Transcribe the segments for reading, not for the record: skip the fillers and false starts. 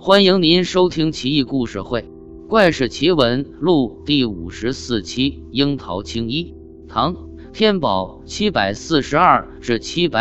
欢迎您收听奇异故事会《怪事奇闻录》第54期樱桃青衣。唐天宝742至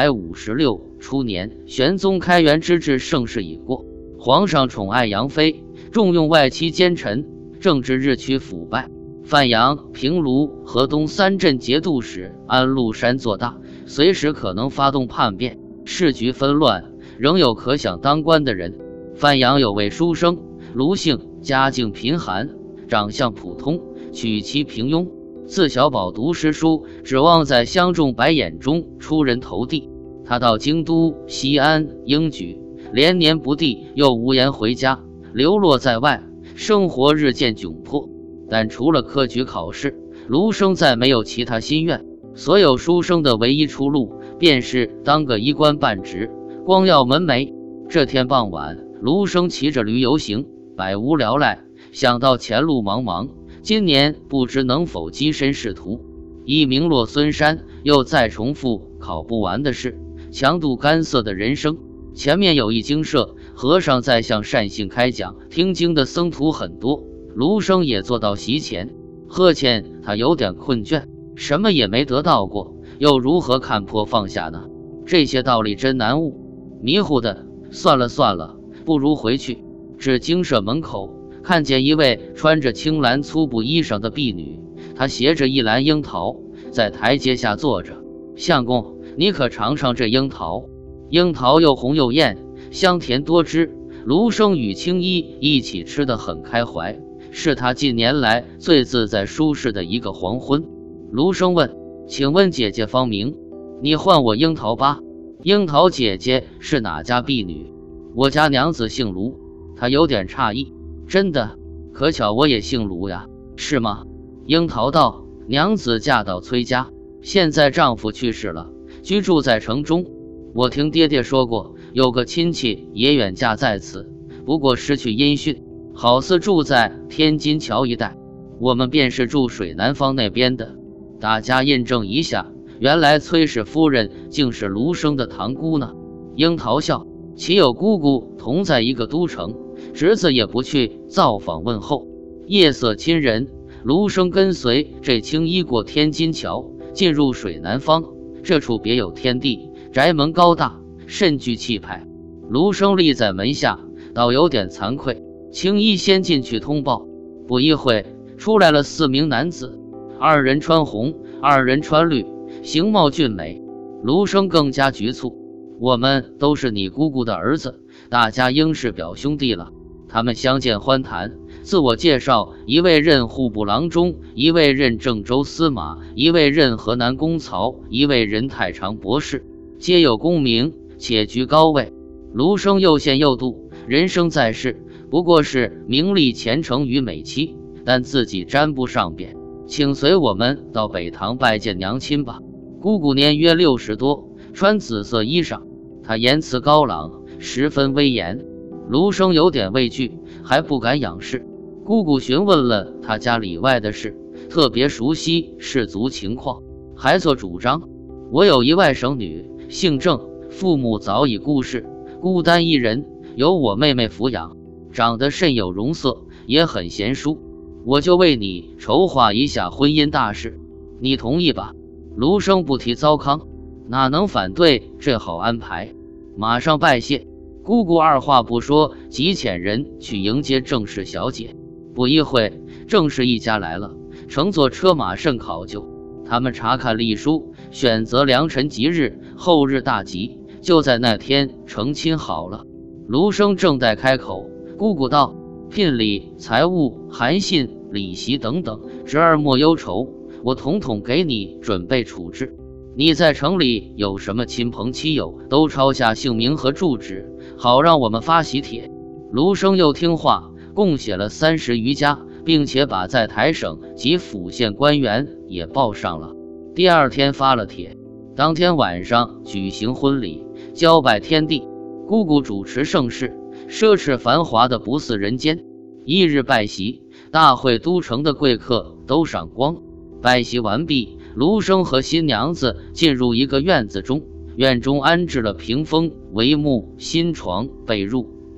756初年，玄宗开元之治盛世已过，皇上宠爱杨妃，重用外戚奸臣，政治日趋腐败。范阳、平卢、河东三镇节度使安禄山做大，随时可能发动叛变，市局纷乱，仍有可想当官的人。范阳有位书生卢姓，家境贫寒，长相普通，娶妻平庸，自小饱读诗书，指望在乡众百眼中出人头地。他到京都、西安、英举，连年不第，又无颜回家，流落在外，生活日渐窘迫。但除了科举考试，卢生再没有其他心愿。所有书生的唯一出路，便是当个衣冠半职，光耀门楣。这天傍晚，卢生骑着驴游行，百无聊赖，想到前路茫茫，今年不知能否跻身仕途。一名落孙山，又再重复考不完的事，强度干涩的人生。前面有一经舍，和尚在向善信开讲，听经的僧徒很多，卢生也坐到席前。呵欠他有点困倦，什么也没得到过，又如何看破放下呢？这些道理真难悟。迷糊的，算了，不如回去。至精舍门口，看见一位穿着青蓝粗布衣裳的婢女，她携着一篮樱桃，在台阶下坐着。相公，你可尝尝这樱桃？樱桃又红又艳，香甜多汁。卢生与青衣一起吃得很开怀，是他近年来最自在舒适的一个黄昏。卢生问：请问姐姐芳名？你唤我樱桃吧。樱桃姐姐是哪家婢女？我家娘子姓卢。他有点诧异。真的？可巧我也姓卢呀。是吗？樱桃道：娘子嫁到崔家，现在丈夫去世了，居住在城中。我听爹爹说过，有个亲戚也远嫁在此，不过失去音讯，好似住在天津桥一带。我们便是住水南方那边的。大家印证一下，原来崔氏夫人竟是卢生的堂姑呢。樱桃笑：岂有姑姑同在一个都城，侄子也不去造访问候。夜色侵人，卢生跟随这青衣过天津桥，进入水南方。这处别有天地，宅门高大，甚具气派。卢生立在门下，倒有点惭愧。青衣先进去通报，不一会出来了4名男子，二人穿红，二人穿绿，形貌俊美。卢生更加局促：我们都是你姑姑的儿子，大家应是表兄弟了。他们相见欢谈，自我介绍，一位任户部郎中，一位任郑州司马，一位任河南公曹，一位任太常博士，皆有功名，且居高位。卢生又羡又妒，人生在世，不过是名利前程与美妻，但自己沾不上边，请随我们到北堂拜见娘亲吧。姑姑年约60多，穿紫色衣裳，她言辞高朗，十分威严。卢生有点畏惧，还不敢仰视。姑姑询问了他家里外的事，特别熟悉氏族情况，还做主张：我有一外甥女，姓郑，父母早已故世，孤单一人，由我妹妹抚养，长得甚有容色，也很贤淑。我就为你筹划一下婚姻大事，你同意吧？卢生不提糟糠，哪能反对这好安排，马上拜谢。姑姑二话不说，即遣人去迎接郑氏小姐。不一会，郑氏一家来了，乘坐车马甚考究。他们查看历书，选择良辰吉日，后日大吉，就在那天成亲好了。卢生正待开口，姑姑道：聘礼、财物、函信、礼席等等，侄儿莫忧愁，我统统给你准备处置。你在城里有什么亲朋戚友，都抄下姓名和住址，好让我们发喜帖。卢生又听话，共写了30余家，并且把在台省及府县官员也报上了。第二天发了帖，当天晚上举行婚礼，交拜天地。姑姑主持盛事，奢侈繁华的不似人间。一日拜席，大会都城的贵客都赏光。拜席完毕，卢生和新娘子进入一个院子中，院中安置了屏风、帷幕、新床、被褥，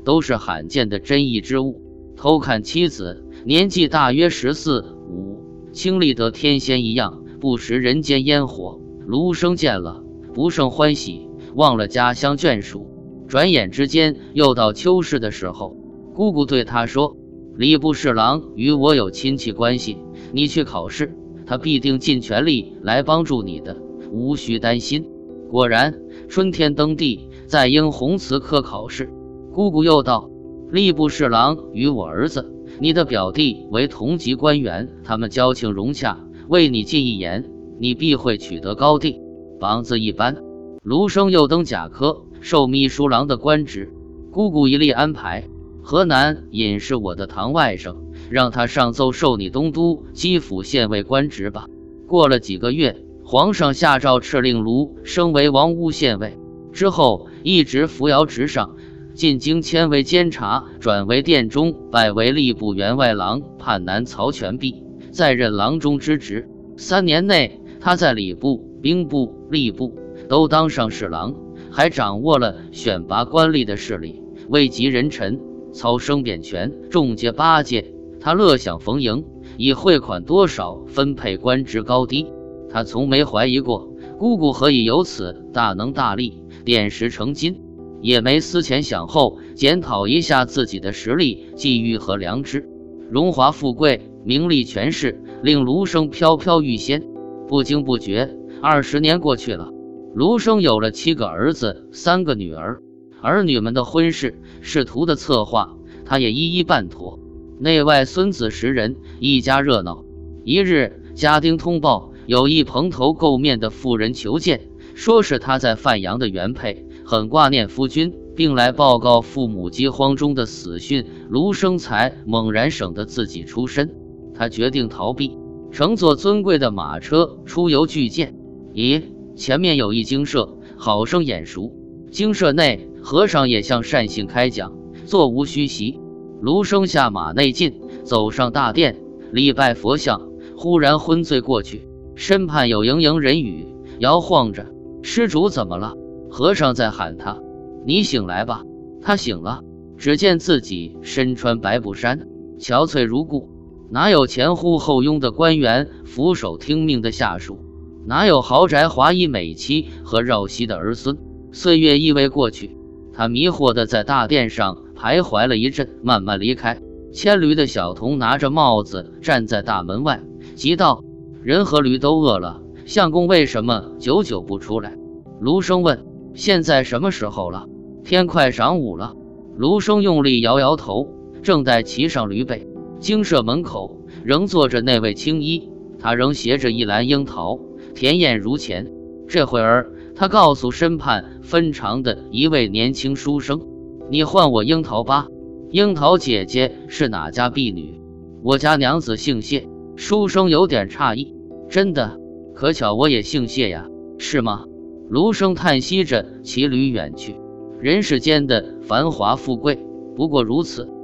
都是罕见的珍异之物。偷看妻子，年纪大约14、15，清丽得天仙一样，不食人间烟火。卢生见了，不胜欢喜，忘了家乡眷属。转眼之间又到秋试的时候，姑姑对他说：“礼部侍郎与我有亲戚关系，你去考试，他必定尽全力来帮助你的，无需担心。”果然，春天登第，在应红词科考试。姑姑又道：“吏部侍郎与我儿子，你的表弟为同级官员，他们交情融洽，为你进一言，你必会取得高第，榜子一般。”卢生又登甲科，授秘书郎的官职。姑姑一力安排，河南尹是我的堂外甥，让他上奏授你东都基辅县尉官职吧。过了几个月，皇上下诏敕令卢升为王屋县尉，之后一直扶摇直上，进京迁为监察，转为殿中，拜为吏部员外郎判南曹全弼，再任郎中之职。3年内，他在礼部、兵部、吏部都当上侍郎，还掌握了选拔官吏的势力，位极人臣，操生贬权，众阶8阶。他乐享逢迎，以汇款多少分配官职高低。他从没怀疑过姑姑何以由此大能大力，点石成金，也没思前想后检讨一下自己的实力、际遇和良知。荣华富贵、名利权势令卢生飘飘欲仙，不经不觉20年过去了。卢生有了7个儿子，3个女儿，儿女们的婚事、仕途的策划，他也一一办妥。内外孙子10人，一家热闹。一日，家丁通报，有一蓬头垢面的妇人求见，说是他在范阳的原配，很挂念夫君，并来报告父母饥荒中的死讯。卢生才猛然省得自己出身，他决定逃避，乘坐尊贵的马车出游巨舰。咦，前面有一精舍，好生眼熟。精舍内，和尚也向善信开讲，座无虚席。卢生下马内进，走上大殿，礼拜佛像，忽然昏醉过去，身畔有盈盈人语，摇晃着：“施主怎么了？”和尚在喊他：“你醒来吧。”他醒了，只见自己身穿白布衫，憔悴如故，哪有前呼后拥的官员，俯首听命的下属，哪有豪宅华衣美妻和绕膝的儿孙。岁月依偎过去，他迷惑地在大殿上徘徊了一阵，慢慢离开。牵驴的小童拿着帽子站在大门外，急道：“人和驴都饿了，相公为什么久久不出来？”卢生问：“现在什么时候了？”“天快晌午了。”卢生用力摇摇头，正待骑上驴背，精舍门口仍坐着那位青衣，他仍携着一篮樱桃，甜艳如前。这会儿他告诉身畔分长的一位年轻书生：“你换我樱桃吧。”“樱桃姐姐是哪家婢女？”“我家娘子姓谢。”书生有点诧异：“真的？可巧我也姓谢呀。”“是吗？”卢生叹息着骑驴远去。人世间的繁华富贵不过如此。